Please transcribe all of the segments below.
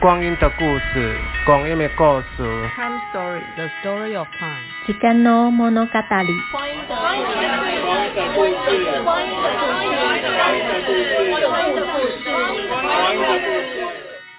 光阴的故事，光阴的故事。 Time story, the story of time. 時間の物語。 光阴的故事。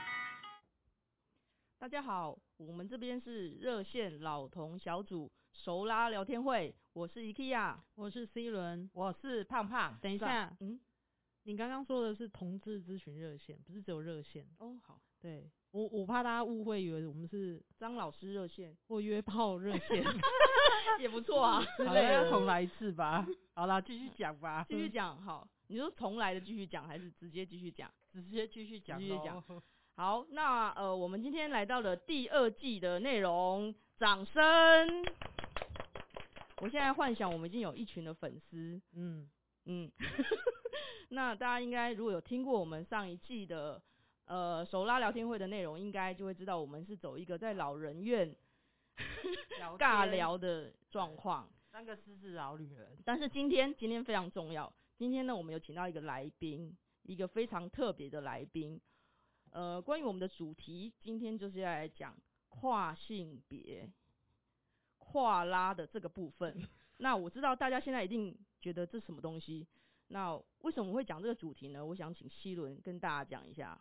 大家好，我们这边是热线老同小组熟拉聊天会，我是 IKEA， 我是 C 轮， 我是胖胖。 等一下，你刚刚说的是同志咨询热线，不是只有热线哦。好， 对，我怕大家误会，以为我们是张老师热线或约炮热线， 也不错啊。 好了，要重来一次吧。好了，继续讲吧。 继续讲，好，你说重来的继续讲，还是直接继续讲？ 直接继续讲。 继续讲。好，那我们今天来到了第二季的内容，掌声。我现在幻想我们已经有一群的粉丝，那大家应该如果有听过我们上一季的手拉聊天会的内容，应该就会知道我们是走一个在老人院尬聊的状况。 三个失智老女人。 但是今天非常重要，今天呢我们有请到一个来宾，一个非常特别的来宾。关于我们的主题，今天就是要来讲跨性别、跨拉的这个部分。那我知道大家现在一定觉得这是什么东西，那为什么会讲这个主题呢？我想请希伦跟大家讲一下。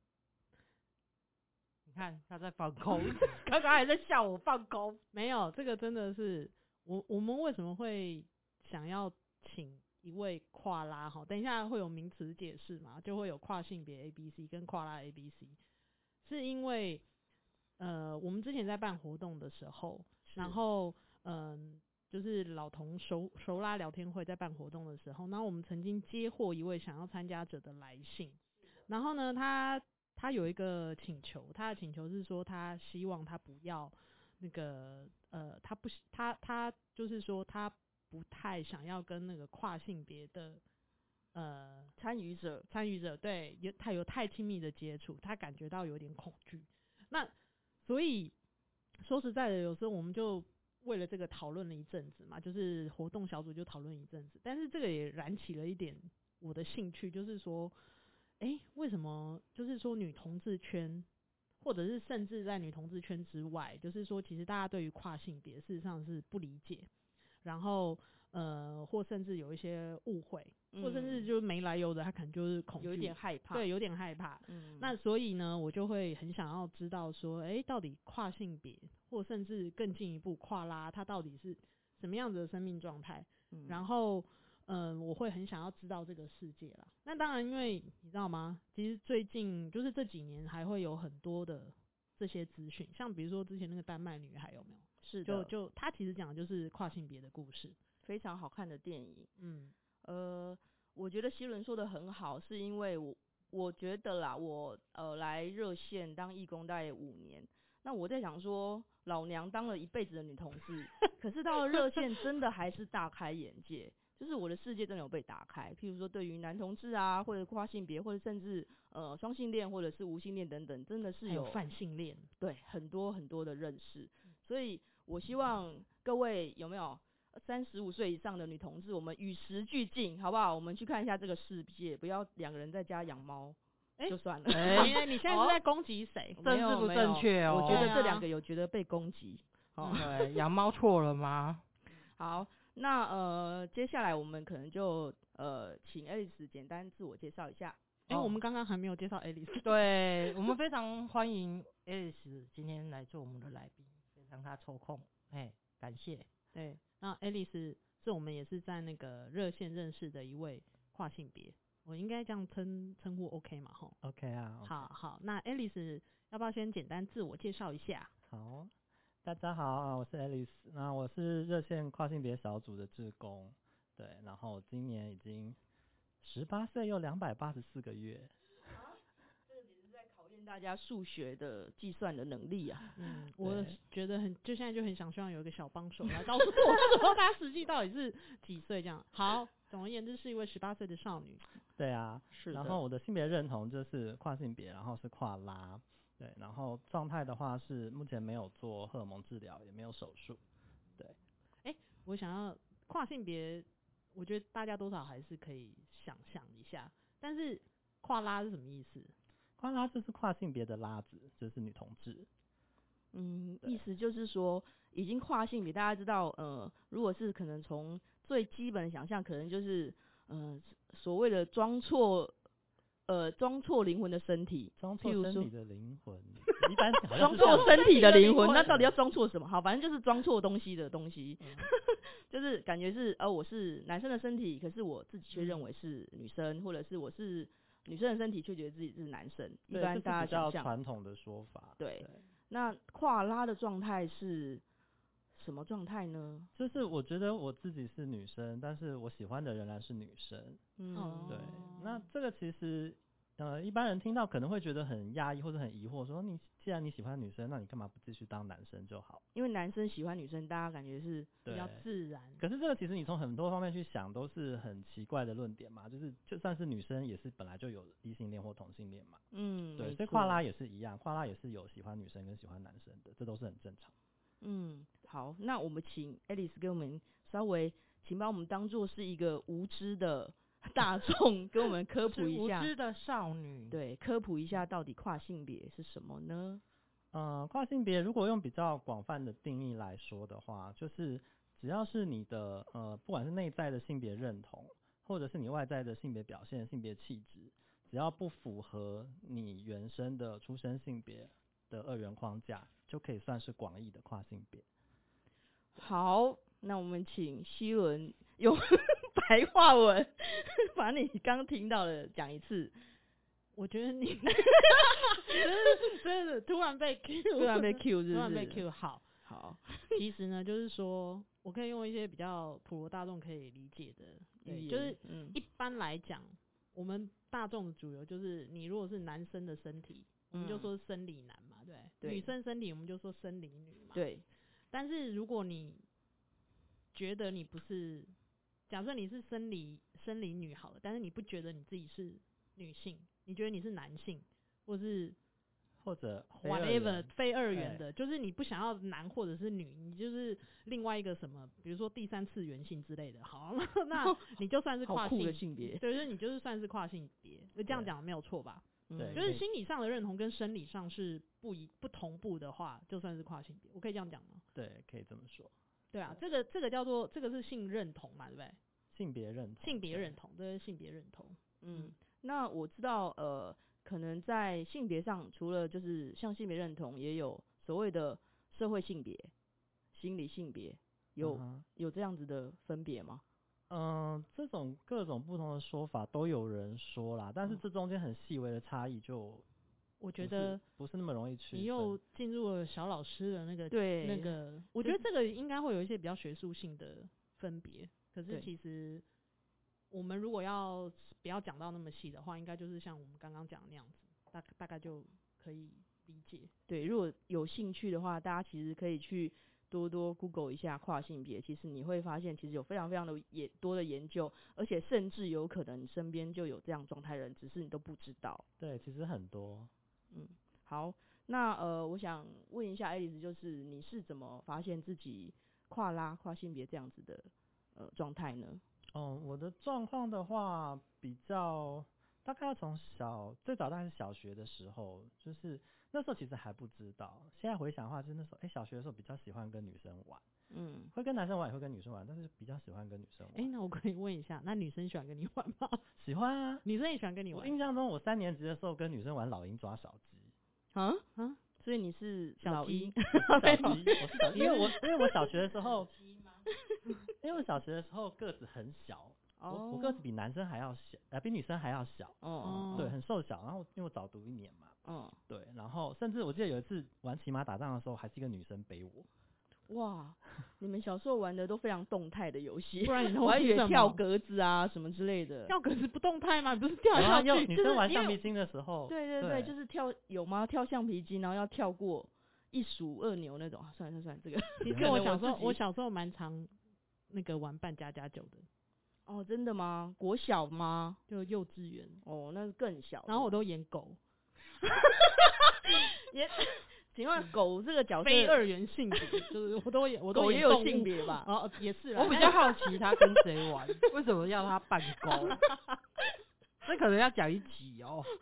你看他在放空，刚刚还在笑我放空。 没有，这个真的是我们为什么会想要请一位跨拉哈，等一下会有名词解释嘛，就会有跨性别 ABC 跟跨拉 ABC， 是因为我们之前在办活动的时候，然后就是老同熟拉聊天会在办活动的时候，然后我们曾经接获一位想要参加者的来信，然后呢他有一个请求，他的请求是说他希望他不要那个他就是说他不太想要跟那个跨性别的参与者对他有太亲密的接触，他感觉到有点恐惧。那所以说实在的，有时候我们就为了这个讨论了一阵子嘛，就是活动小组就讨论一阵子，但是这个也燃起了一点我的兴趣，就是说为什么就是说女同志圈，或者是甚至在女同志圈之外，就是说其实大家对于跨性别事实上是不理解，然后或甚至有一些误会，或甚至就没来由的他可能就是恐惧， 有一点害怕， 对，有点害怕。那所以呢我就会很想要知道说到底跨性别或甚至更进一步跨拉它到底是什么样子的生命状态，然后我会很想要知道这个世界啦。那当然因为你知道吗，其实最近就是这几年还会有很多的这些资讯，像比如说之前那个丹麦女孩有没有， 是的， 就她其实讲的就是跨性别的故事， 非常好看的电影。我觉得希伦说的很好，是因为我觉得啦，我来热线当义工大概5年，那我在想说老娘当了一辈子的女同志可是到了热线真的还是大开眼界，就是我的世界真的有被打开，譬如说对于男同志啊，或者跨性别，或者甚至双性恋或者是无性恋等等，真的是有泛性恋， 对，很多很多的认识。所以我希望各位有没有35岁以上的女同志，我们与时俱进好不好？我们去看一下这个世界，不要两个人在家养猫就算了。 你现在是在攻击谁？ 政治不正确哦。 我觉得这两个有觉得被攻击。 对，养猫错了吗？ 好，那接下来我们可能就请 Alice 简单自我介绍一下。 我们刚刚还没有介绍 Alice。 对，我们非常欢迎 Alice 今天来做我们的来宾，让她抽空，感谢。 对，那 Alice 是我们也是在那个热线认识的一位跨性别，我应该这样称呼 OK 吗？吼 ，OK 啊。 好，那 Alice 要不要先简单自我介绍一下？ 好，大家好，我是 Alice， 那我是热线跨性别小组的志工，对，然后今年已经18岁又284个月。 这个简直在考验大家数学的计算的能力啊！ 我觉得就现在就很希望有一个小帮手来告诉我说他实际到底是几岁这样。好，总而言之是一位18岁的少女。 对啊， 是的。 然后我的性别认同就是跨性别，然后是跨拉，对，然后状态的话是目前没有做荷尔蒙治疗，也没有手术。对。 我想要跨性别，我觉得大家多少还是可以想象一下，但是跨拉是什么意思？ 跨拉就是跨性别的拉子，就是女同志。 意思就是说已经跨性别，大家知道，如果是可能从最基本的想象，可能就是所谓的装错灵魂的身体， 装错身体的灵魂，一般好像装错身体的灵魂，那到底要装错什么？好，反正就是装错东西的东西，就是感觉是我是男生的身体，可是我自己却认为是女生，或者是我是女生的身体，却觉得自己是男生。一般大家想象， 比较传统的说法。 对，那跨拉的状态是什么状态呢？ 就是我觉得我自己是女生，但是我喜欢的仍然是女生。对。那这个其实一般人听到可能会觉得很压抑或者很疑惑，说既然你喜欢女生，那你干嘛不继续当男生就好？ 因为男生喜欢女生，大家感觉是比较自然。 可是这个其实你从很多方面去想，都是很奇怪的论点嘛。就算是女生，也是本来就有异性恋或同性恋嘛。对，所以跨拉也是一样，跨拉也是有喜欢女生跟喜欢男生的，这都是很正常。 好，那我们请 Alice 给我们稍微，请把我们当作是一个无知的大众，跟我们科普一下。 无知的少女。 对，科普一下到底跨性别是什么呢？ 跨性别如果用比较广泛的定义来说的话，就是只要是你的不管是内在的性别认同，或者是你外在的性别表现、性别气质，只要不符合你原生的出生性别的二元框架，就可以算是广义的跨性别。 好，那我们请希伦用白话文把你刚听到的讲一次。 我觉得你真的突然被 Q， 突然被 Q 是不是？ 突然被 Q。好， 其实呢，就是说我可以用一些比较普罗大众可以理解的语言，就是一般来讲，我们大众的主流就是你如果是男生的身体，我们就说生理男嘛，对，女生身体我们就说生理女嘛， 对。 但是如果你觉得你不是，假设你是生理女好了，但是你不觉得你自己是女性，你觉得你是男性，或者 whatever 非二元的，就是你不想要男或者是女，你就是另外一个什么，比如说第三次元性之类的，好，那你就算是跨性好酷的性别， 对，就是你就是算是跨性别，这样讲没有错吧？ 对， 就是心理上的认同跟生理上是不同步的话，就算是跨性别，我可以这样讲吗？ 对，可以这么说。 对啊，这个叫做这个是性认同嘛，对不对？ 性别认同， 这是性别认同。 那我知道可能在性别上，除了就是像性别认同，也有所谓的社会性别、心理性别，有这样子的分别吗？ 这种各种不同的说法都有人说啦，但是这中间很细微的差异就我觉得不是那么容易区分。 你又进入了小老师的那个对那个，我觉得这个应该会有一些比较学术性的分别。可是其实我们如果不要讲到那么细的话，应该就是像我们刚刚讲的那样子，大概就可以理解。 对，如果有兴趣的话，大家其实可以去多多 Google 一下跨性别，其实你会发现其实有非常非常的多的研究，而且甚至有可能你身边就有这样状态的人，只是你都不知道。 对，其实很多。 好，那我想问一下爱丽丝，就是你是怎么发现自己跨性别这样子的状态呢？ 我的状况的话，比较大概要从最早大概是小学的时候，就是那时候其实还不知道。现在回想的话，就是那时候小学的时候比较喜欢跟女生玩，会跟男生玩也会跟女生玩，但是比较喜欢跟女生玩。 那我可以问一下，那女生喜欢跟你玩吗？ 喜欢啊， 女生也喜欢跟你玩。 我印象中我3年级的时候跟女生玩老鹰抓小鸡。 所以你是小鸡？ 我是小鸡，因为我小学的时候，因为我小学的时候个子很小，我个子比男生还要小，比女生还要小，对，很瘦小。然后因为我早读1年嘛，对，然后甚至我记得有一次玩骑马打仗的时候，还是一个女生背我。 哇，你们小时候玩的都非常动态的游戏， 不然你我还以为跳格子啊什么之类的。 跳格子不动态吗？你不是跳下去？ 女生玩橡皮筋的时候， 对，就是有吗？跳橡皮筋，然后要跳过1鼠2牛那种。算了，这个。 其实我小时候蛮常那个玩扮家家酒的。 哦，真的吗？国小吗？ 就幼稚园。 哦，那是更小。 然后我都演狗。 请问狗这个角色非二元性别，就是我都狗也有性别吧？ 也是啦。 我比较好奇他跟谁玩，为什么要他扮狗？这可能要讲一集哦。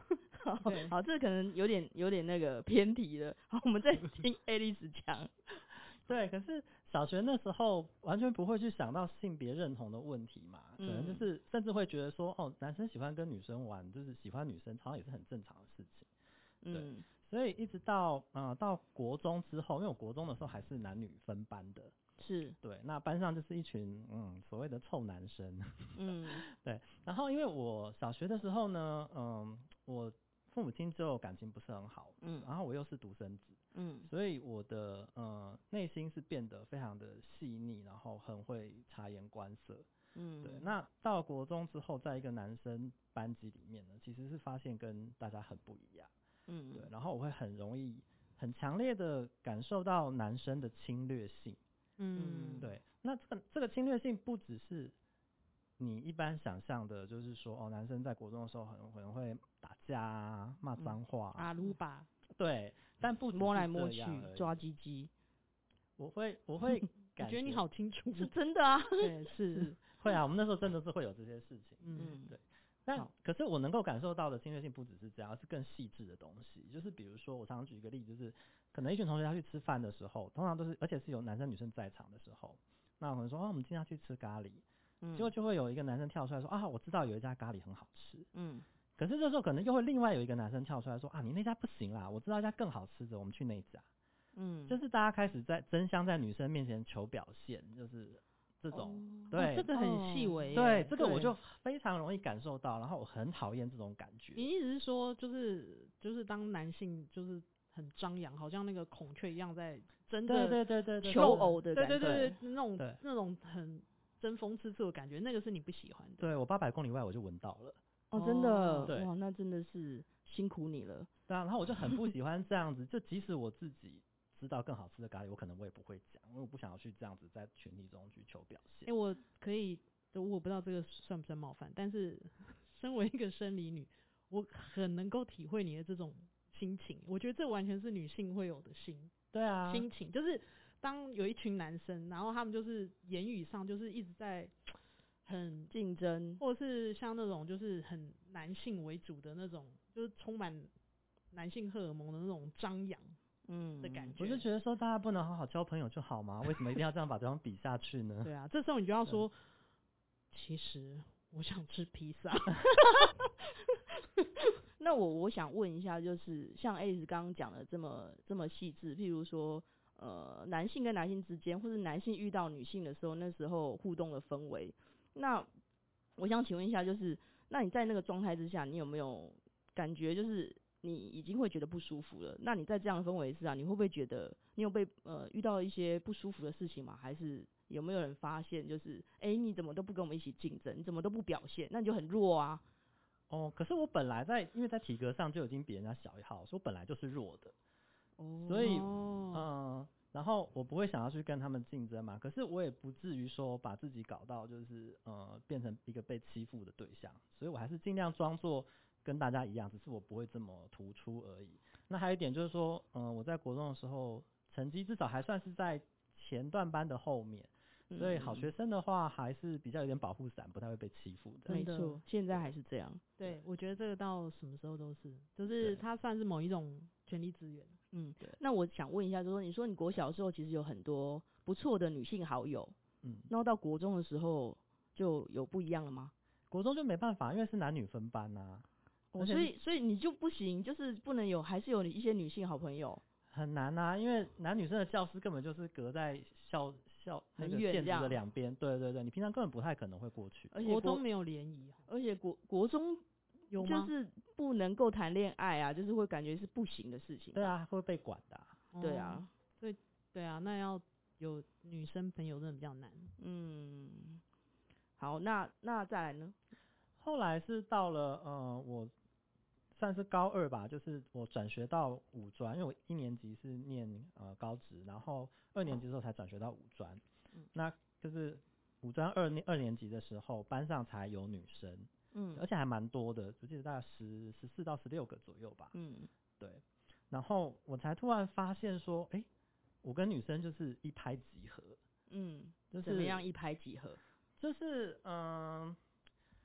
好，这可能有点那个偏题了。好，我们再听 Alice 讲。 对，可是小学那时候完全不会去想到性别认同的问题嘛，可能就是甚至会觉得说，哦，男生喜欢跟女生玩，就是喜欢女生，好像也是很正常的事情。对，所以一直到到国中之后，因为我国中的时候还是男女分班的， 是对，那班上就是一群所谓的臭男生，对。然后因为我小学的时候呢，我父母亲就感情不是很好，然后我又是独生子，所以我的内心是变得非常的细腻，然后很会察言观色，对。那到了国中之后，在一个男生班级里面呢，其实是发现跟大家很不一样，对。然后我会很容易、很强烈的感受到男生的侵略性，对。那这个侵略性不只是你一般想象的，就是说哦，男生在国中的时候可能会打架啊、骂脏话、 阿鲁巴， 对，但不只是摸来摸去这样而已抓鸡鸡。 我会我觉得你好清楚， 是真的啊。 对，是会啊，我们那时候真的是会有这些事情，对。但可是我能够感受到的侵略性不只是这样，而是更细致的东西。就是比如说，我常常举一个例子，就是可能一群同学要去吃饭的时候，通常都是而且是有男生女生在场的时候，那我可能说，我们今天要去吃咖喱，结果就会有一个男生跳出来说，啊，我知道有一家咖喱很好吃，可是这时候可能又会另外有一个男生跳出来说，啊，你那家不行啦，我知道一家更好吃的，我们去那家。就是大家开始在争相在女生面前求表现，就是这种，对， 这个很细微， 对，这个我就非常容易感受到，然后我很讨厌这种感觉。 你意思是说，就是当男性就是很张扬，好像那个孔雀一样在真的求偶的感觉， 对，那种很争风吃醋的感觉，那个是你不喜欢的。 对，我800公里外我就闻到了。 真的， 对， 哇，那真的是辛苦你了。 对啊，然后我就很不喜欢这样子，就即使我自己知道更好吃的咖喱，我也不会讲，因为我不想要去这样子在群体中去求表现。 我可以，我不知道这个算不算冒犯，但是身为一个生理女，我很能够体会你的这种心情。我觉得这完全是女性会有的对啊， 心情，就是当有一群男生，然后他们就是言语上就是一直在很竞争， 或者是像那种就是很男性为主的那种，就是充满男性荷尔蒙的那种张扬的感觉。 我就觉得说大家不能好好交朋友就好吗？为什么一定要这样把对方比下去呢？ 对啊，这时候你就要说，其实我想吃披萨。 那我想问一下，就是像 Alice 刚刚讲的这么细致，譬如说男性跟男性之间，或是男性遇到女性的时候，那时候互动的氛围，那我想请问一下，就是那你在那个状态之下，你有没有感觉就是你已经会觉得不舒服了？那你在这样的氛围之下，你会不会觉得你有被遇到一些不舒服的事情吗？还是有没有人发现就是你怎么都不跟我们一起竞争，你怎么都不表现，那你就很弱啊？ 可是我本来因为在体格上就已经比人家小一号，所以我本来就是弱的，所以然后我不会想要去跟他们竞争嘛，可是我也不至于说把自己搞到就是变成一个被欺负的对象，所以我还是尽量装作跟大家一样，只是我不会这么突出而已。那还有一点就是说，我在国中的时候成绩至少还算是在前段班的后面，所以好学生的话还是比较有点保护伞，不太会被欺负的。 没错，现在还是这样。 对，我觉得这个到什么时候都是，就是它算是某一种权力资源。 对。那我想问一下，就是说，你说你国小的时候其实有很多不错的女性好友，然后到国中的时候就有不一样了吗？ 国中就没办法，因为是男女分班啊。 所以你就不行，就是不能有，还是有一些女性好朋友。 很难啊，因为男女生的教室根本就是隔在校那个建筑的两边，对对对，你平常根本不太可能会过去。 而且国中没有联谊， 而且国中有吗？就是不能够谈恋爱啊，就是会感觉是不行的事情。 对啊，会被管的对啊， 对啊，那要有女生朋友真的比较难。 好，那再来呢？ 后来是到了我算是高2吧，就是我转学到五专，因为我1年级是念高职，然后2年级之后才转学到五专。那就是五专二年级的时候，班上才有女生，而且还蛮多的，我记得大概14到16个左右吧。对。然后我才突然发现说，我跟女生就是一拍即合。 就是怎么样一拍即合？ 就是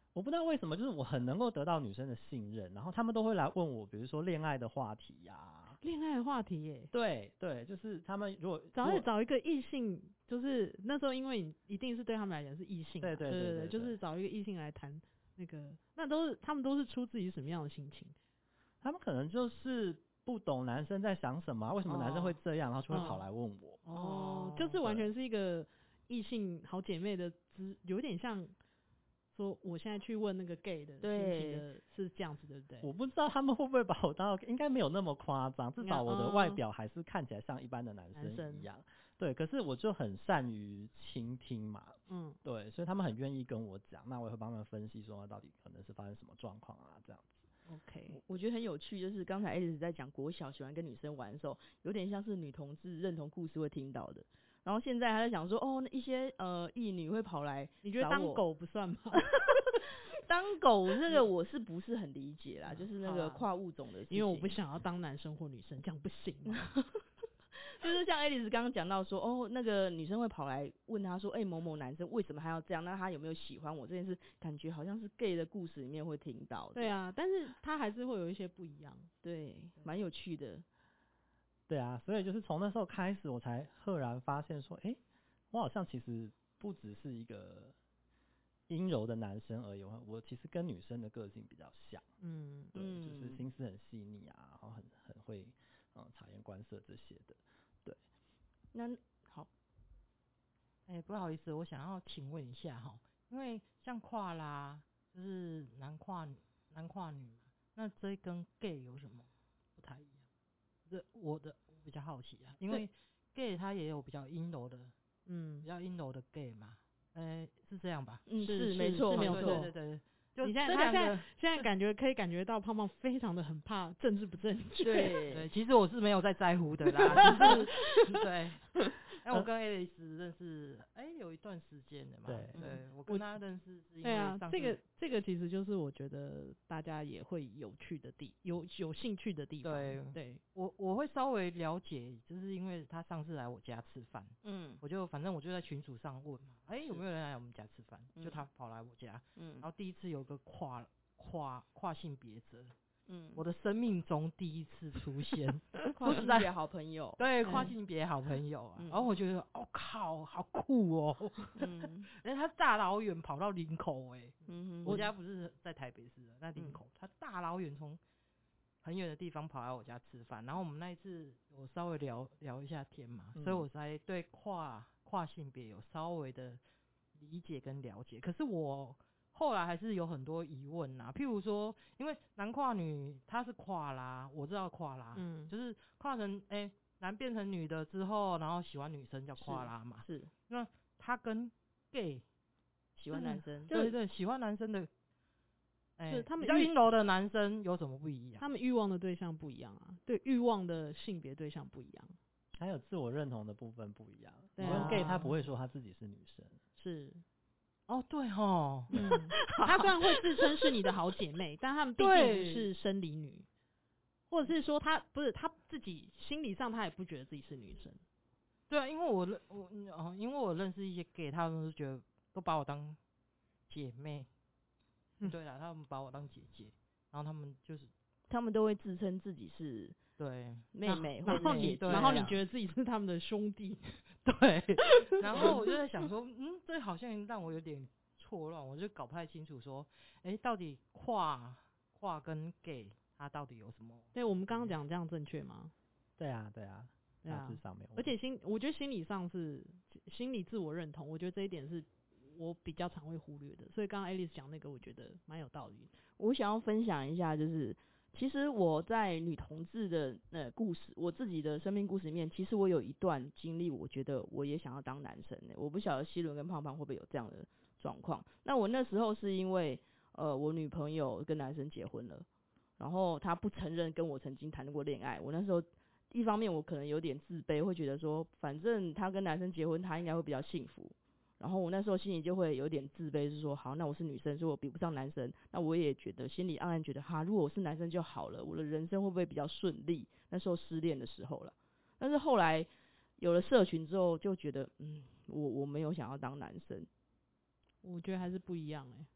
我不知道为什么，就是我很能够得到女生的信任，然后他们都会来问我，比如说恋爱的话题呀、 恋爱的话题耶， 对对，就是他们如果找一个异性，就是那时候因为你一定是对他们来讲是异性嘛，对，就是找一个异性来谈那个，他们都是出自于什么样的心情？ 他们可能就是不懂男生在想什么、为什么男生会这样，然后就会跑来问我。 就是完全是一个异性好姐妹的有点像说我现在去问那个 gay 的心情的是这样子，对不对？ 我不知道他们会不会把我当，应该没有那么夸张，至少我的外表还是看起来像一般的男生一样。对，可是我就很善于倾听嘛，对，所以他们很愿意跟我讲，那我也会帮他们分析说到底可能是发生什么状况啊，这样子。 OK， 我觉得很有趣，就是刚才 Alice 在讲国小喜欢跟女生玩的时候，有点像是女同志认同故事会听到的。然后现在他在讲说，那一些异女会跑来， 你觉得当狗不算吗？ 当狗这个我是不是很理解啦？就是那个跨物种的事情， 因为我不想要当男生或女生，这样不行。 就是像 Alice 刚刚讲到说，那个女生会跑来问他说，某某男生为什么还要这样？那他有没有喜欢我这件事？感觉好像是 gay 的故事里面会听到的。 对啊，但是他还是会有一些不一样。 对，蛮有趣的。 对啊，所以就是从那时候开始，我才赫然发现说，我好像其实不只是一个阴柔的男生而已，我其实跟女生的个性比较像。对，就是心思很细腻啊，然后很会察言观色这些的。对， 那好， 不好意思，我想要请问一下哈，因为像跨啦，就是男跨女嘛，那这跟 gay 有什么不太一样？我比较好奇啊，因为 gay 他也有比较阴柔的，比较阴柔的 gay 嘛，是这样吧？ 是没错， 没有错， 对。 你现在可以感觉到胖胖非常的很怕政治不正确。 对， 其实我是没有在在乎的啦，就是对。我跟 Alice 认识有一段时间的嘛，对，我跟他认识是因为上次这个其实就是我觉得大家也会有兴趣的地方。对， 我会稍微了解，就是因为他上次来我家吃饭，反正我就在群组上问嘛，有没有人来我们家吃饭？就他跑来我家，然后第一次有个跨性别者。我的生命中第一次出现跨性别好朋友， 对，跨性别好朋友啊，然后我觉得靠，好酷哦，他大老远跑到林口我家不是在台北市的，那林口他大老远从很远的地方跑来我家吃饭，然后我们那一次我稍微聊一下天嘛，所以我才对跨性别有稍微的理解跟了解，可是我后来还是有很多疑问啊，譬如说，因为男跨女他是跨啦，我知道跨啦，就是跨成男变成女的之后，然后喜欢女生叫跨啦嘛， 是。 那他跟 gay 喜欢男生， 对，喜欢男生的， 是他们比较阴柔的男生有什么不一样？ 他们欲望的对象不一样啊，对，欲望的性别对象不一样， 还有自我认同的部分不一样。 对因为 gay 他不会说他自己是女生， 是。 对齁， 他虽然会自称是你的好姐妹，但他们毕竟不是生理女，或者是说他自己心理上他也不觉得自己是女生。 对啊，因为我认识一些 gay， 他们都觉得都把我当姐妹，对啦，他们把我当姐姐，然后他们都会自称自己是对妹妹或者姐姐， 然后你觉得自己是他们的兄弟。 对，然后我就在想说，这好像让我有点错乱，我就搞不太清楚说，到底跨跟 gay 它到底有什么？ 对，我们刚刚讲这样正确吗？ 对啊，大致上没有。 而且我觉得心理上是心理自我认同，我觉得这一点是我比较常会忽略的，所以刚刚 Alice 讲那个，我觉得蛮有道理。 我想要分享一下，就是其实我在女同志的故事，我自己的生命故事里面，其实我有一段经历，我觉得我也想要当男生我不晓得希伦跟胖胖会不会有这样的状况。那我那时候是因为我女朋友跟男生结婚了，然后他不承认跟我曾经谈过恋爱。我那时候一方面我可能有点自卑，会觉得说反正他跟男生结婚，他应该会比较幸福。然后我那时候心里就会有点自卑，是说好，那我是女生，所以我比不上男生。那我也觉得心里暗暗觉得如果我是男生就好了，我的人生会不会比较顺利？那时候失恋的时候了。但是后来有了社群之后，就觉得我没有想要当男生。 我觉得还是不一样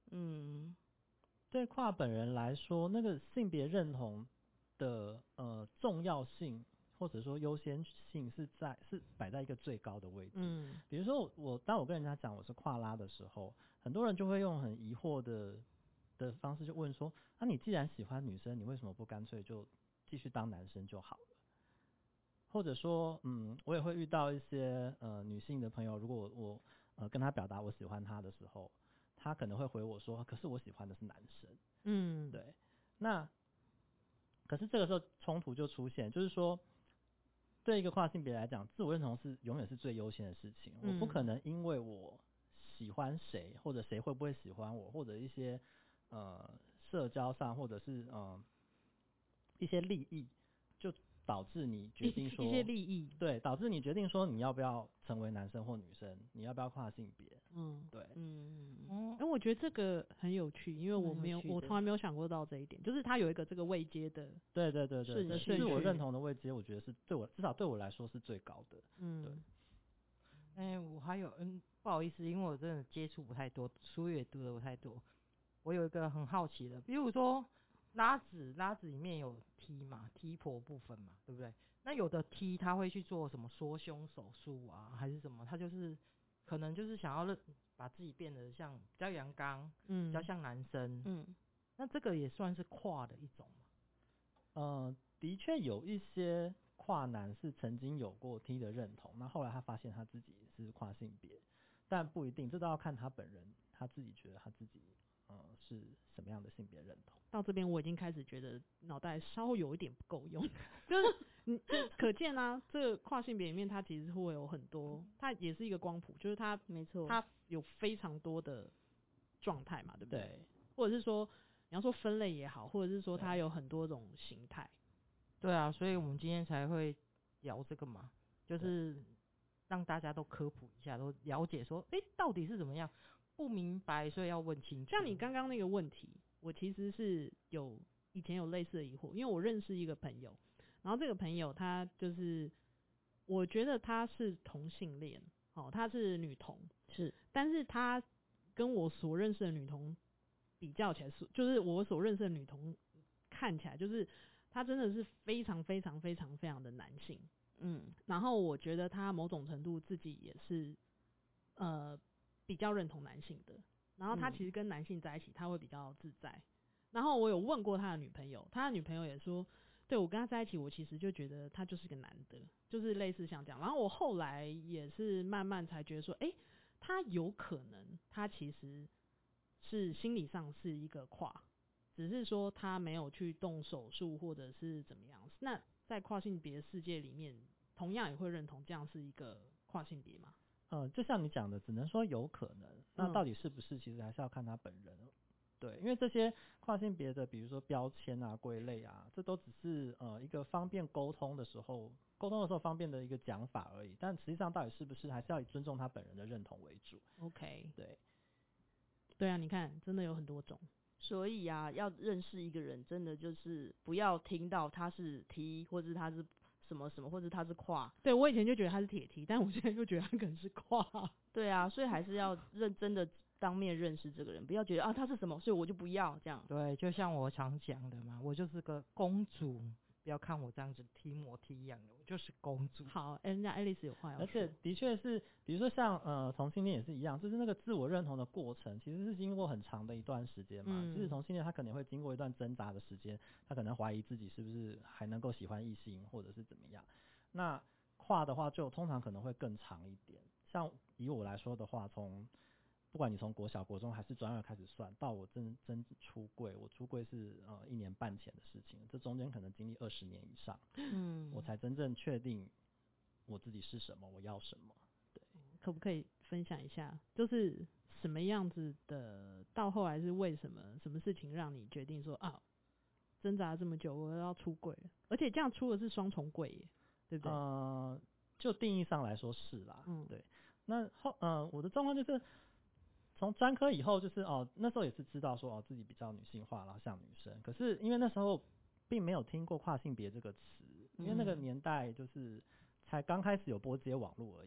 对跨本人来说，那个性别认同的重要性或者说优先性是摆在一个最高的位置。比如说当我跟人家讲我是跨拉的时候，很多人就会用很疑惑的方式就问说，你既然喜欢女生，你为什么不干脆就继续当男生就好了？或者说，我也会遇到一些女性的朋友，如果我跟她表达我喜欢她的时候，她可能会回我说，可是我喜欢的是男生。对。那可是这个时候冲突就出现，就是说，对一个跨性别来讲，自我认同是永远是最优先的事情。我不可能因为我喜欢谁，或者谁会不会喜欢我，或者一些社交上或者是一些利益，就导致你决定说一些利益， 对，导致你决定说你要不要成为男生或女生，你要不要跨性别。对。 我觉得这个很有趣，因为我从来没有想过到这一点，就是它有一个这个位阶的， 对，自我认同的位阶，我觉得是至少对我来说是最高的。 对。我还有不好意思，因为我真的接触不太多，书也读的不太多。我有一个很好奇的，比如说拉子里面有 T 嘛，T 婆部分嘛，对不对？那有的 T 他会去做什么缩胸手术啊，还是什么？他就是可能就是想要把自己变得像比较阳刚，比较像男生。那这个也算是跨的一种吗？ 的确有一些跨男是曾经有过 T 的认同，那后来他发现他自己是跨性别，但不一定，这都要看他本人他自己觉得他自己是什么样的性别认同。 到这边我已经开始觉得脑袋稍微有一点不够用，就是就可见啊，这个跨性别里面它其实会有很多，它也是一个光谱，就是它没错， 它有非常多的状态嘛，对不对？ 对， 或者是说你要说分类也好，或者是说它有很多种形态。 对啊，所以我们今天才会聊这个嘛，就是让大家都科普一下，都了解说，到底是怎么样，不明白，所以要问清楚。 像你刚刚那个问题，我其实是以前有类似的疑惑，因为我认识一个朋友，然后这个朋友他就是我觉得他是同性恋，他是女同，但是他跟我所认识的女同比较起来，就是我所认识的女同看起来就是他真的是非常非常非常非常的男性。然后我觉得他某种程度自己也是比较认同男性的，然后他其实跟男性在一起他会比较自在。然后我有问过他的女朋友，他的女朋友也说，对，我跟他在一起，我其实就觉得他就是个男的，就是类似像这样。然后我后来也是慢慢才觉得说，他有可能他其实是心理上是一个跨，只是说他没有去动手术或者是怎么样。那在跨性别世界里面，同样也会认同这样是一个跨性别吗？ 就像你讲的，只能说有可能，那到底是不是，其实还是要看他本人。对，因为这些跨性别的，比如说标签啊、归类啊，这都只是一个方便沟通的时候方便的一个讲法而已。但实际上到底是不是，还是要以尊重他本人的认同为主。 OK， 对啊，你看，真的有很多种。 所以啊，要认识一个人，真的就是不要听到他是 T， 或者他是什么什么，或者他是跨。 对，我以前就觉得他是铁 T， 但我现在又觉得他可能是跨。 对啊，所以还是要真的当面认识这个人，不要觉得他是什么，所以我就不要这样。 对，就像我常讲的嘛，我就是个公主，不要看我这样子踢模踢一样的，我就是公主。 好，人家 Alice 有话要说。 而且的确是，比如说像同性恋也是一样，就是那个自我认同的过程，其实是经过很长的一段时间嘛。其实同性恋他可能会经过一段挣扎的时间，他可能怀疑自己是不是还能够喜欢异性，或者是怎么样。那跨的话，就通常可能会更长一点。像以我来说的话，不管你从国小、国中还是专二开始算，到我真出柜，我出柜是1年半前的事情，这中间可能经历20年以上，我才真正确定我自己是什么，我要什么。对， 可不可以分享一下，就是什么样子的？到后来是为什么事情让你决定说挣扎这么久，我要出柜了？而且这样出的是双重柜耶，对不对？ 就定义上来说是啦。对。那我的状况就是从专科以后，就是那时候也是知道说自己比较女性化，然后像女生。可是因为那时候并没有听过跨性别这个词，因为那个年代就是才刚开始有拨接网络而已嘛，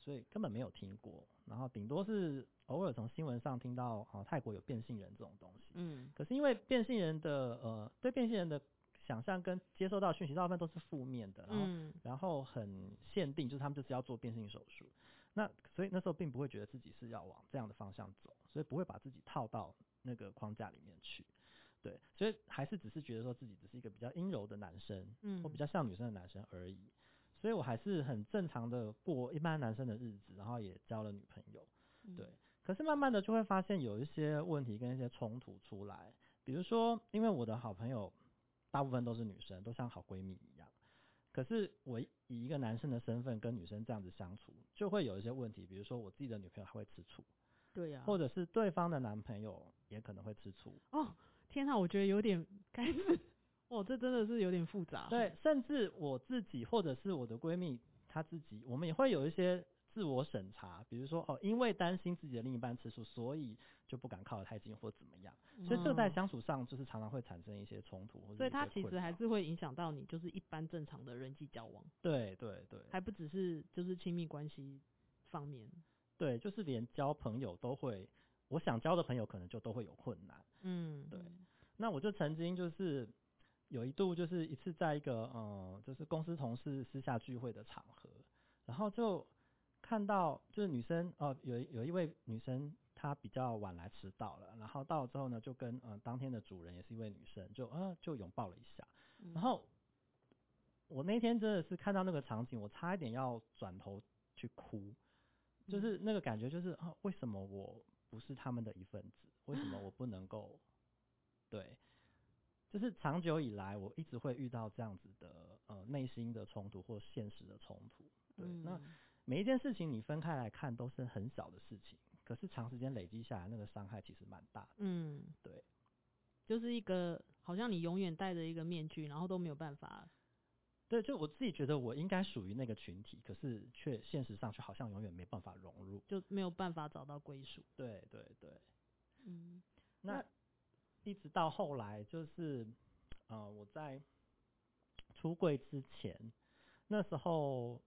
所以根本没有听过，然后顶多是偶尔从新闻上听到泰国有变性人这种东西。可是因为变性人的对变性人的想象跟接受到讯息大部分都是负面的，然后很限定，就是他们就是要做变性手术。那所以那时候并不会觉得自己是要往这样的方向走，所以不会把自己套到那个框架里面去。对，所以还是只是觉得说自己只是一个比较阴柔的男生，或比较像女生的男生而已。所以我还是很正常的过一般男生的日子，然后也交了女朋友。对，可是慢慢的就会发现有一些问题跟一些冲突出来，比如说因为我的好朋友大部分都是女生，都像好闺蜜一样，可是我以一个男生的身份跟女生这样子相处，就会有一些问题，比如说我自己的女朋友还会吃醋， 对呀， 或者是对方的男朋友也可能会吃醋。 天啊，我觉得有点该是这真的是有点复杂。 对，甚至我自己或者是我的闺蜜她自己，我们也会有一些自我审查，比如说因为担心自己的另一半吃醋，所以就不敢靠得太近或怎么样。所以这个在相处上就是常常会产生一些冲突， 所以它其实还是会影响到你就是一般正常的人际交往。对对对，还不只是就是亲密关系方面。 对，就是连交朋友都会，我想交的朋友可能就都会有困难。对。那我就曾经就是有一度就是一次在一个就是公司同事私下聚会的场合，然后就看到就是女生有一位女生她比较晚来迟到了，然后到了之后呢就跟当天的主人也是一位女生就拥抱了一下，然后我那天真的是看到那个场景，我差一点要转头去哭，就是那个感觉就是为什么我不是他们的一份子，为什么我不能够对，就是长久以来我一直会遇到这样子的内心的冲突或现实的冲突。对，那每一件事情你分开来看都是很小的事情，可是长时间累积下来那个伤害其实蛮大的。对， 就是一个好像你永远戴着一个面具，然后都没有办法。 对，就我自己觉得我应该属于那个群体，可是却现实上却好像永远没办法融入， 就没有办法找到归属。 对对对，那一直到后来就是我在出柜之前，那时候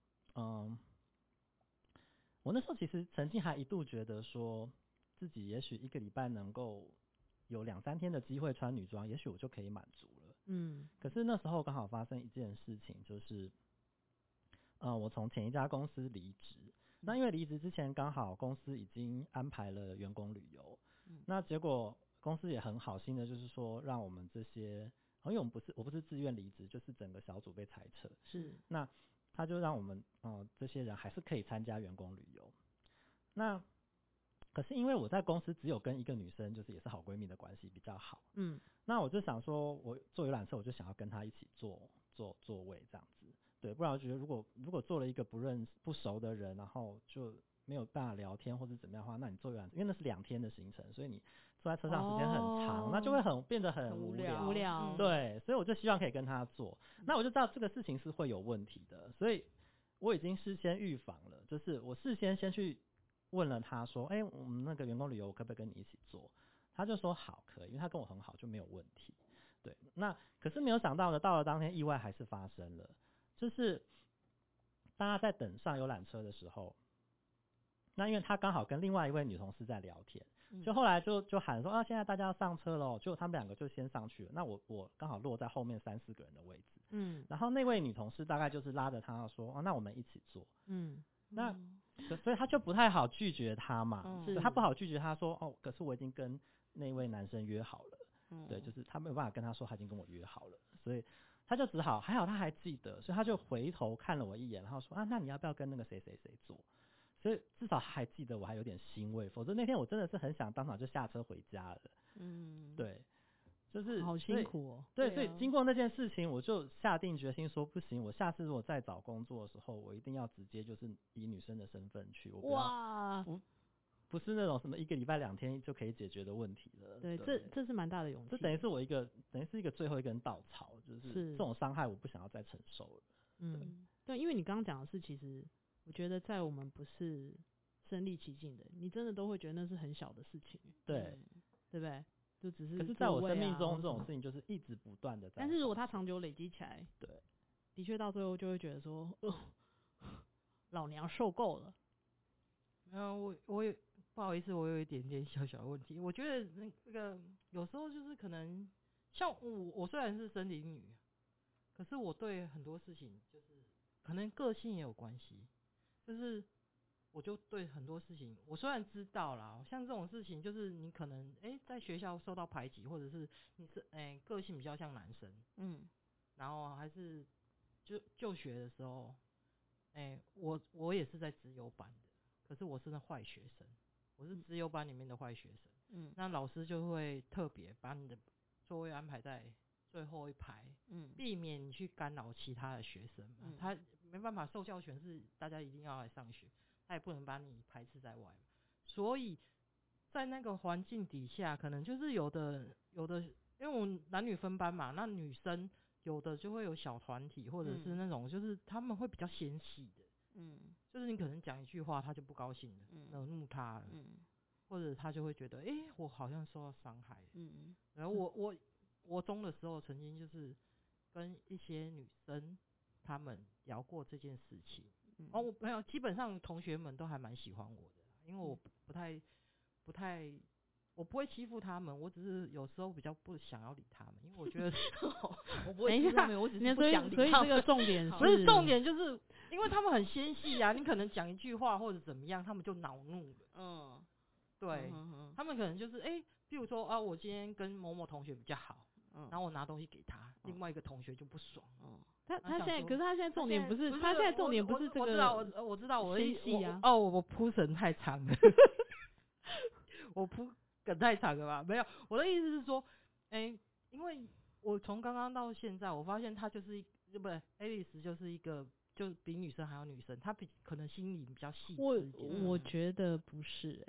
我那时候其实曾经还一度觉得说自己也许一个礼拜能够有2-3天的机会穿女装，也许我就可以满足了。可是那时候刚好发生一件事情，就是我从前一家公司离职，那因为离职之前刚好公司已经安排了员工旅游，那结果公司也很好心的，就是说让我们这些，因为我不是自愿离职，就是整个小组被裁撤，那他就让我们这些人还是可以参加员工旅游。那可是因为我在公司只有跟一个女生，就是也是好闺蜜的关系比较好，那我就想说，我坐游览车我就想要跟她一起坐位这样子，对，不然我觉得如果坐了一个不熟的人，然后就没有办法聊天或者怎么样的话，那你坐游览车，因为那是2天的行程，所以你坐在车上时间很长，那就会变得很无聊。对，所以我就希望可以跟他坐。那我就知道这个事情是会有问题的，所以我已经事先预防了，就是我事先去问了他说，我们那个员工旅游我可不可以跟你一起做？他就说好，可以，因为他跟我很好，就没有问题。对，那可是没有想到的，到了当天意外还是发生了，就是大家在等上游览车的时候，那因为他刚好跟另外一位女同事在聊天，就后来就喊说现在大家要上车了，就他们2个就先上去了，那我刚好落在后面3-4个人的位置，然后那位女同事大概就是拉着他说那我们一起坐，那所以他就不太好拒绝他嘛，他不好拒绝他说可是我已经跟那位男生约好了，对，就是他没有办法跟他说他已经跟我约好了，所以他就只好还好他还记得，所以他就回头看了我一眼，然后说那你要不要跟那个谁谁谁做？所以至少还记得我，还有点欣慰，否则那天我真的是很想当场就下车回家了。对，就是好辛苦哦。 对，所以经过那件事情，我就下定决心说不行，我下次如果再找工作的时候，我一定要直接就是以女生的身份去，我不是那种什么1个礼拜2天就可以解决的问题了。 对，这是蛮大的勇气。 这等于是一个最后一根稻草，就是这种伤害我不想要再承受了。 对，因为你刚刚讲的是，其实我觉得在我们不是身历其境的，你真的都会觉得那是很小的事情。 对， 对不对？就只是可是在我生命中这种事情就是一直不断的在。 但是如果它长久累积起来， 对， 的确到最后就会觉得说，老娘受够了。 我也不好意思，我有一点点小小的问题。我觉得那个有时候就是可能像我虽然是森林女，可是我对很多事情就是可能个性也有关系，就是我就对很多事情，我虽然知道啦，像这种事情就是你可能在学校受到排挤，或者是你是个性比较像男生，然后还是就学的时候，我也是在资优班的。可是我是那坏学生，我是资优班里面的坏学生。那老师就会特别把你的座位安排在最后一排，避免你去干扰其他的学生。他没办法，受教权是大家一定要来上学，他也不能把你排斥在外。所以在那个环境底下，可能就是有的，因为我们男女分班嘛，那女生有的就会有小团体，或者是那种就是他们会比较纤细的。就是你可能讲一句话，他就不高兴了，惹怒他了，或者他就会觉得，我好像受到伤害了。然后我国中的时候，曾经就是跟一些女生他们聊过这件事情。我没有，基本上同学们都还蛮喜欢我的，因为我不太，我不会欺负他们，我只是有时候比较不想要理他们，因为我觉得我不会欺负他们，我只是不想理他们。 所以这个重点不是重点，就是因为他们很纤细啊，你可能讲一句话或者怎么样，他们就恼怒了。对，他们可能就是比如说啊，我今天跟某某同学比较好，然后我拿东西给他，另外一个同学就不爽。 他现在，可是他现在重点不是，他现在重点不是这个。 我知道，我纤细啊。 我铺陈太长了，我铺梗太长了吧？没有，我的意思是说，因为我从刚刚到现在，我发现他就是Alice 就是一个就比女生还要女生，她可能心里比较细致一点。 我觉得不是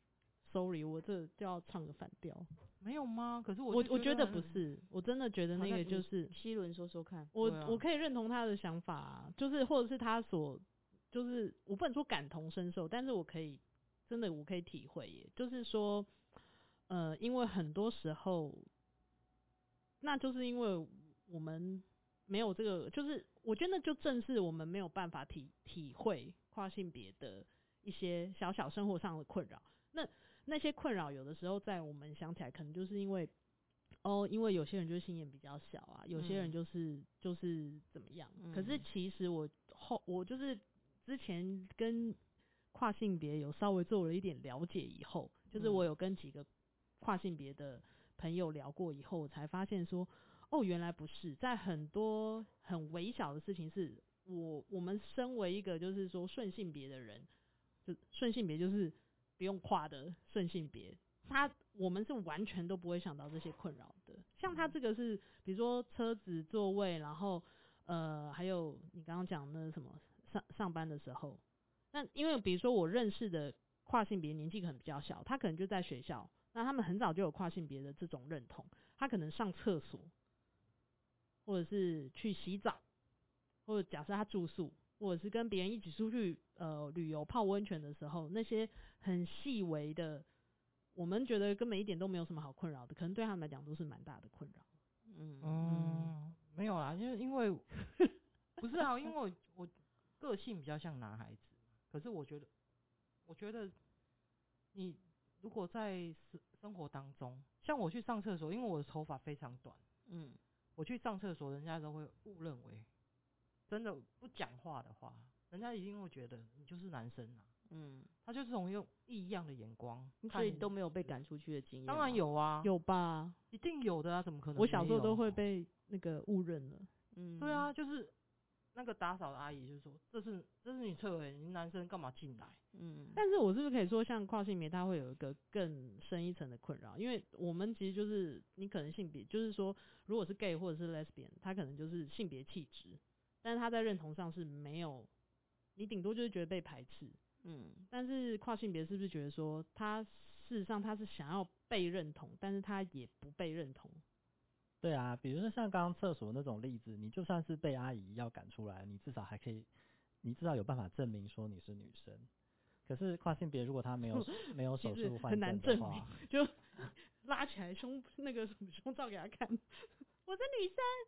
sorry， 我这就要唱个反调。 没有吗？可是我觉得不是，我真的觉得那个就是希伦说说看。 我可以认同他的想法，就是或者是他就是我不能说感同身受，但是我可以体会耶，就是说因为很多时候，那就是因为我们没有这个，就是我觉得那就正是我们没有办法体会跨性别的一些小小生活上的困扰。那些困扰有的时候在我们想起来，可能就是因为因为有些人就是心眼比较小啊，有些人就是怎么样。可是其实我就是之前跟跨性别有稍微做了一点了解以后，就是我有跟几个跨性别的朋友聊过以后，我才发现说，原来不是，在很多很微小的事情是我们身为一个就是说顺性别的人，就顺性别就是不用跨的顺性别，我们是完全都不会想到这些困扰的。像他这个是比如说车子座位，然后还有你刚刚讲那什么上班的时候，那因为比如说我认识的跨性别年纪可能比较小，他可能就在学校，那他们很早就有跨性别的这种认同，他可能上厕所或者是去洗澡，或者假设他住宿，或者是跟别人一起出去旅游泡温泉的时候，那些很细微的我们觉得根本一点都没有什么好困扰的，可能对他们来讲都是蛮大的困扰。 没有啦，因为不是啊，因为我个性比较像男孩子，可是我觉得你如果在生活当中，像我去上厕所，因为我的头发非常短，我去上厕所，人家都会误认为，真的不讲话的话，人家一定会觉得你就是男生啊。他就是用异样的眼光， 所以都没有被赶出去的经验。 当然有啊， 有吧， 一定有的啊，怎么可能？ 我小时候都会被那个误认了。 对啊，就是那个打扫的阿姨就说：“这是女厕你男生干嘛进来？” 但是我是不是可以说，像跨性别，他会有一个更深一层的困扰？因为我们其实就是你可能性别，就是说，如果是 gay 或者是 lesbian， 他可能就是性别气质，但是他在认同上是没有，你顶多就是觉得被排斥。但是跨性别是不是觉得说，他事实上他是想要被认同，但是他也不被认同？ 对啊，比如说像刚刚厕所那种例子，你就算是被阿姨要赶出来，你至少有办法证明说你是女生。可是跨性别如果他没有手术换证的话， 很难证明，就拉起来胸罩给他看，我是女生。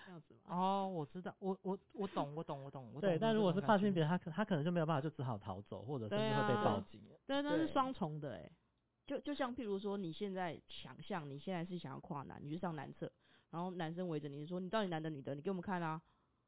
这样子吗？ 哦，我知道，我懂。 对，但如果是跨性别，他可能就没有办法，就只好逃走，或者甚至会被报警。 对，那是双重的就像譬如说，你现在想象你现在是想要跨男，你去上男厕，然后男生围着你说，你到底男的女的，你给我们看啊。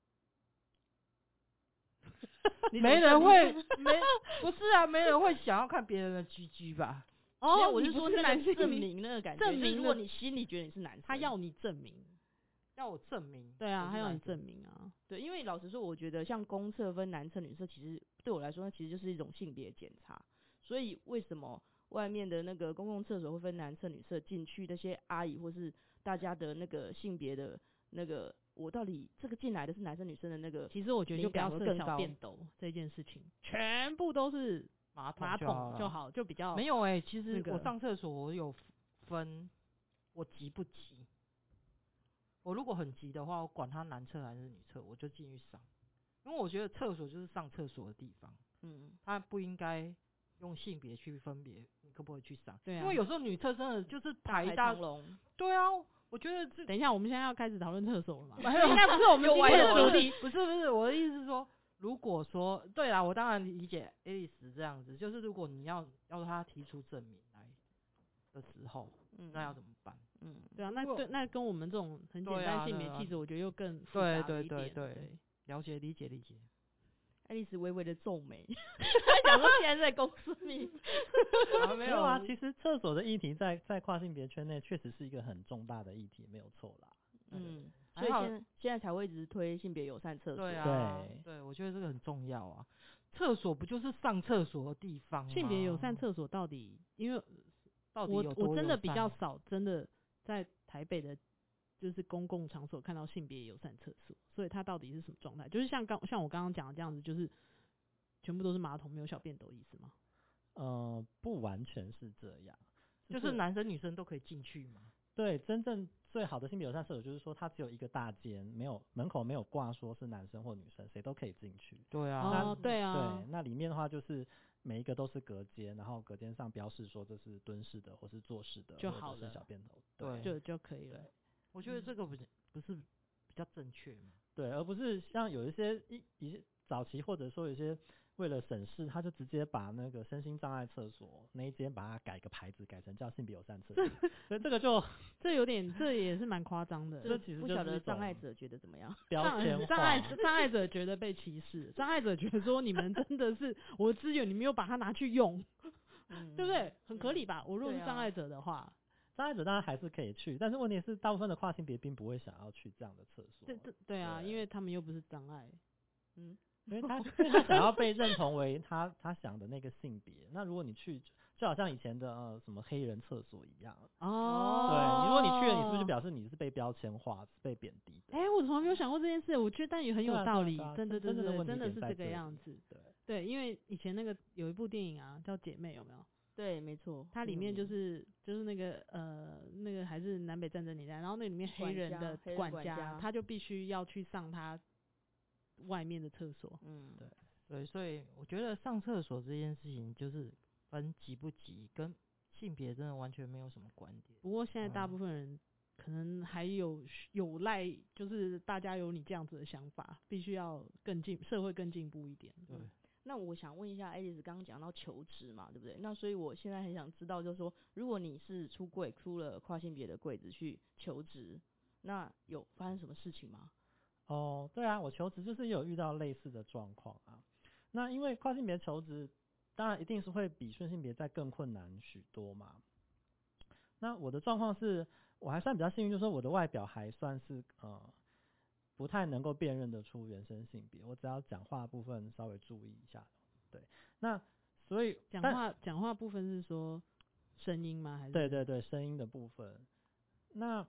没人会不是啊，没人会想要看别人的 GG 吧？ 哦，我是说那男性证明那个感觉， 证明如果你心里觉得你是男生， 他要你证明， 要我证明。 对啊，他要你证明啊。 对，因为老实说，我觉得像公厕分男厕女厕，其实对我来说，那其实就是一种性别检查。所以为什么外面的那个公共厕所会分男厕女厕，进去那些阿姨或是大家的那个性别的那个，我到底这个进来的是男生女生的那个， 其实我觉得就不要设小便斗这件事情，全部都是马桶就好，就比较没有其实我上厕所我有分我急不急，我如果很急的话，我管他男厕还是女厕，我就进去上，因为我觉得厕所就是上厕所的地方，他不应该用性别去分别你可不可以去上， 对啊， 因为有时候女厕真的就是排大龙， 对啊，我觉得等一下，我们现在要开始讨论厕所了嘛？ 应该不是我们今天的主题，不是，我的意思是说，如果说对啦，我当然理解爱丽丝这样子，就是如果你要他提出证明来的时候，那要怎么办？ 对啊，那跟我们这种很简单性别气质，我觉得又更复杂了一点。对， 了解，理解。 爱丽丝微微的皱眉，想说现在在公司里没有啊。其实厕所的议题在跨性别圈内确实是一个很重大的议题，没有错啦。 所以现在才会一直推性别友善厕所。 对，我觉得这个很重要啊。厕所不就是上厕所的地方吗？ 性别友善厕所到底，因为到底有多我真的比较少，真的在台北的，就是公共场所看到性别友善厕所，所以它到底是什么状态？就是像我刚刚讲的这样子，就是全部都是马桶没有小便斗，意思吗？ 不完全是这样， 就是男生女生都可以进去吗？ 对，真正最好的性别友善厕所就是说，它只有一个大间，门口没有挂说是男生或女生，谁都可以进去。 对啊， 对啊， 对，那里面的话就是每一个都是隔间，然后隔间上标示说这是蹲式的或是坐式的， 就好了， 或者是小便头， 对， 就可以了。 我觉得这个不是比较正确吗？ 对，而不是像有一些早期或者说有些为了省事，他就直接把那个身心障碍厕所那一间把它改个牌子，改成叫性别友善厕所。所以这个这也是蛮夸张的。 这其实不晓得障碍者觉得怎么样？ 标签化， 障碍者觉得被歧视，障碍者觉得说你们真的是我的资源，你没有把它拿去用，对不对？很合理吧？我如果是障碍者的话。 障碍者当然还是可以去，但是问题是大部分的跨性别并不会想要去这样的厕所。 对啊，因为他们又不是障碍， 因为他想要被认同为他想的那个性别。那如果你去，就好像以前的什么黑人厕所一样。对，如果你去了，你是不是就表示你是被标签化、是被贬低的？ 我从来没有想过这件事，我觉得但也很有道理，真的真的是这个样子。对，因为以前那个有一部电影啊，叫《姐妹》，有没有？ 对，没错， 它里面就是那个那个还是南北战争年代，然后那里面黑人的管家，他就必须要去上他外面的厕所。 对，所以我觉得上厕所这件事情就是分急不急，跟性别真的完全没有什么关联。 不过现在大部分人可能还有赖，就是大家有你这样子的想法，必须要社会更进步一点。 对。 那我想问一下，爱丽丝刚刚讲到求职嘛，对不对？那所以我现在很想知道，就是说，如果你是出了跨性别的柜子去求职，那有发生什么事情吗？ 对啊，我求职就是有遇到类似的状况啊。那因为跨性别求职，当然一定是会比顺性别再更困难许多嘛。那我的状况是，我还算比较幸运，就是说我的外表还算是不太能够辨认得出原生性别，我只要讲话部分稍微注意一下。对，那所以讲话部分是说声音吗？还是？ 对，声音的部分。那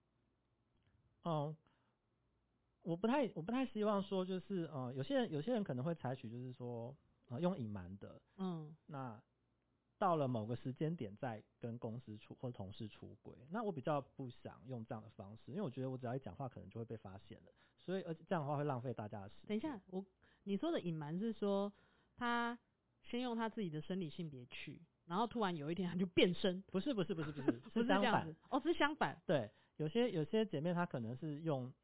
我不太希望说就是有些人可能会采取就是说用隐瞒的，那到了某个时间点再跟公司或同事出轨，那我比较不想用这样的方式，因为我觉得我只要一讲话可能就会被发现了，所以而且这样的话会浪费大家的时间。 等一下，你说的隐瞒是说他先用他自己的生理性别去，然后突然有一天他就变身？不是是相反。 是相反。 对，有些姐妹她可能是用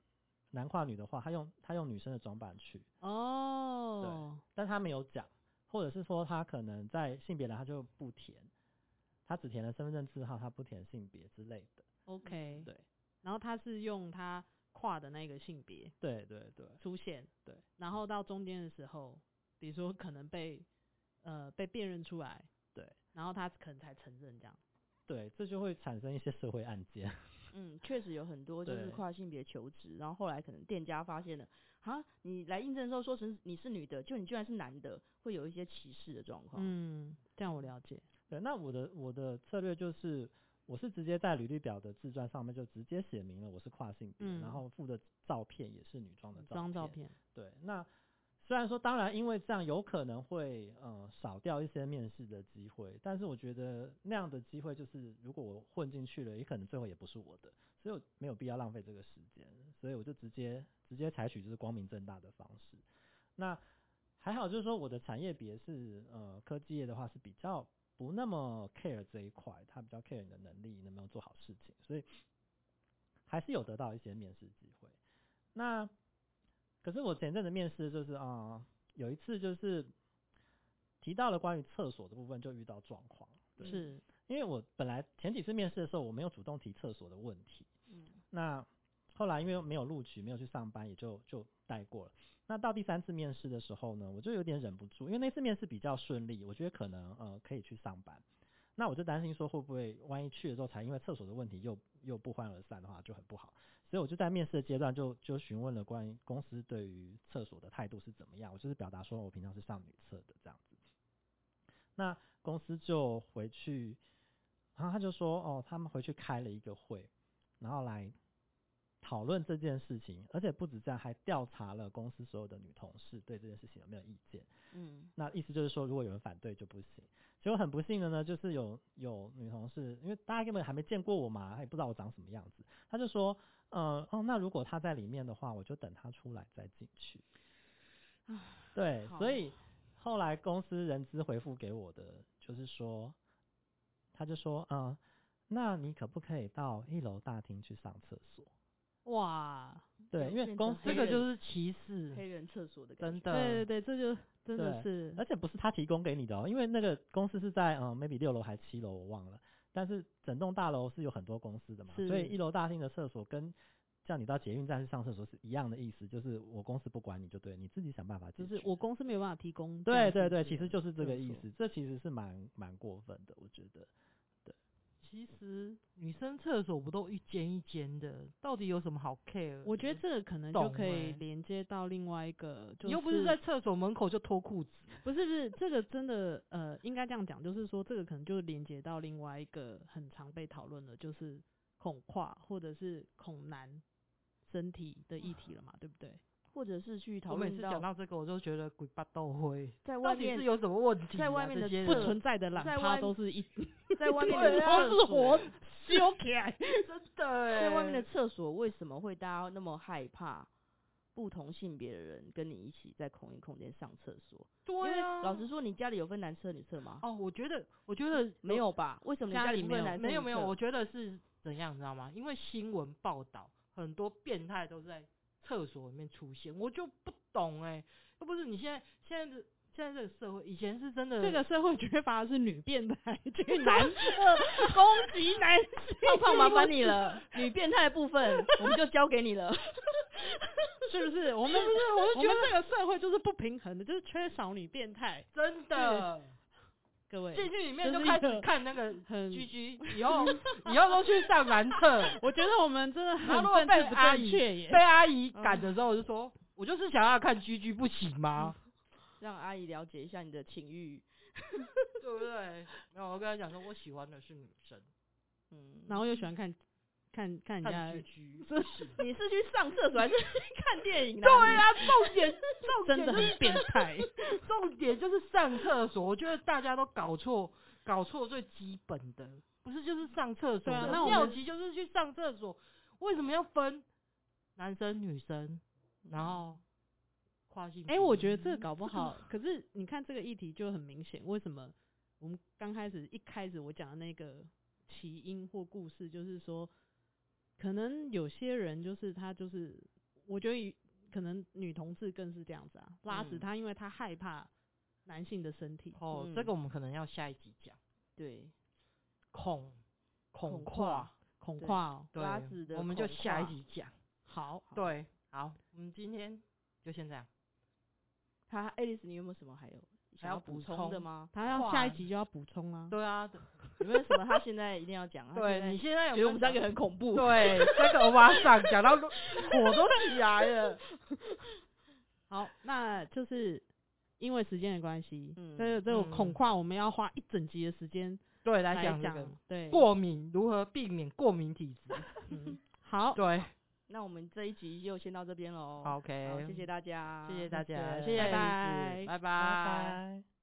男跨女的话，他用女生的装扮去。 哦。 对，但他没有讲，或者是说他可能在性别栏他就不填，他只填了身份证字号，他不填性别之类的。 OK。 对。 然后他是用他跨的那个性别。 对对对。 出现。 对。 然后到中间的时候，比如说可能被辨认出来。 对。 然后他可能才承认这样。 对，这就会产生一些社会案件。 确实有很多就是跨性别求职，然后后来可能店家发现了，你来应征的时候说成你是女的，就你居然是男的，会有一些歧视的状况。 这样我了解。 对，那我的策略就是，我是直接在履历表的自传上面就直接写明了我是跨性别，然后附的照片也是女装的照片。对，那虽然说当然因为这样有可能会少掉一些面试的机会，但是我觉得那样的机会就是如果我混进去了，也可能最后也不是我的，所以我没有必要浪费这个时间，所以我就直接采取就是光明正大的方式。那还好就是说我的产业别是科技业的话是比较不那么 care 这一块，他比较 care 你的能力能不能做好事情，所以还是有得到一些面试机会。那可是我前阵子面试就是有一次就是提到了关于厕所的部分就遇到状况。 是因为我本来前几次面试的时候我没有主动提厕所的问题，那后来因为没有录取没有去上班也就带过了。那到第3次面试的时候呢，我就有点忍不住，因为那次面试比较顺利，我觉得可能可以去上班。那我就担心说会不会万一去了之后才因为厕所的问题又不欢而散的话就很不好，所以我就在面试的阶段就询问了关于公司对于厕所的态度是怎么样，我就是表达说我平常是上女厕的这样子。那公司就回去，然后他就说他们回去开了一个会，然后来讨论这件事情，而且不止这样，还调查了公司所有的女同事对这件事情有没有意见。那意思就是说如果有人反对就不行。结果很不幸的呢，就是有女同事，因为大家根本还没见过我嘛，他也不知道我长什么样子，他就说那如果他在里面的话，我就等他出来再进去。对，所以后来公司人资回复给我的就是说，他就说那你可不可以到1楼大厅去上厕所？哇，对，因为公司这个就是歧视黑人厕所的感觉， 真的， 对，这就真的是， 而且不是他提供给你的因为那个公司是在maybe 6楼还7楼我忘了，但是整栋大楼是有很多公司的嘛，所以1楼大厅的厕所跟叫你到捷运站去上厕所是一样的意思，就是我公司不管你就对，你自己想办法解决， 就是我公司没有办法提供。 对，其实就是这个意思，这其实是蛮过分的，我觉得。 其实女生厕所不都一间一间的，到底有什么好 care？ 我觉得这个可能就可以连接到另外一个，就是你又不是在厕所门口就脱裤子。 不是这个真的应该这样讲，就是说这个可能就连接到另外一个很常被讨论的，就是恐跨或者是恐男身体的议题了嘛，对不对？ 或者是去讨论到， 我每次讲到这个，我就觉得鬼巴豆灰， 在外面到底是有什么问题？ 在外面的不存在的懒趴都是在外面的都是活修起来， 真的。 在外面的厕所为什么会大家那么害怕不同性别的人跟你一起在同一空间上厕所？ 对啊， 老实说，你家里有分男厕女厕吗？ 我觉得没有吧？为什么你家里分男厕女厕？ 没有，我觉得是怎样，你知道吗？因为新闻报道很多变态都在厕所里面出现，我就不懂又不是你现在这个社会，以前是真的， 这个社会缺乏的是女变态去男厕攻击男性。 胖麻烦你了，女变态的部分我们就交给你了， 是不是？我们这个社会就是不平衡的，就是缺少女变态， 真的。 各位进去里面就开始看那个GG，以后都去上男厕。 我觉得我们真的很政治不正确耶。 被阿姨赶的时候，我就说，我就是想要看GG，不行吗？ 让阿姨了解一下你的情欲， 对不对？然后我跟她讲说，我喜欢的是女生， 然后又喜欢看人家 GG， 你是去上厕所还是去看电影？ 对啊，重点真的很变态。 重点就是上厕所，我觉得大家都搞错最基本的，不是就是上厕所？那尿急就是去上厕所，为什么要分男生女生？然后跨性别？ 我觉得这个搞不好，可是你看这个议题就很明显，为什么我们一开始我讲的那个起因或故事，就是说，可能有些人就是他就是我觉得可能女同志更是这样子啊，拉直她因为她害怕男性的身体。 这个我们可能要下一集讲。 对， 恐跨对， 拉直的， 我们就下一集讲。 好， 对，好，我们今天就先这样。 Alice， 你有没有什么还要补充的吗？ 他要下一集就要补充啊。 对啊， 有没有什么他现在一定要讲？ 对，你现在觉得我们三个很恐怖？ 对，这个欧巴桑讲到火都起来了。 好，那就是因为时间的关系，这种恐跨我们要花一整集的时间对来讲这个对过敏如何避免过敏体质。 好， 对。 那我们这一集就先到这边喽。 OK， 谢谢大家， 谢谢大家， 谢谢， 拜拜，拜拜。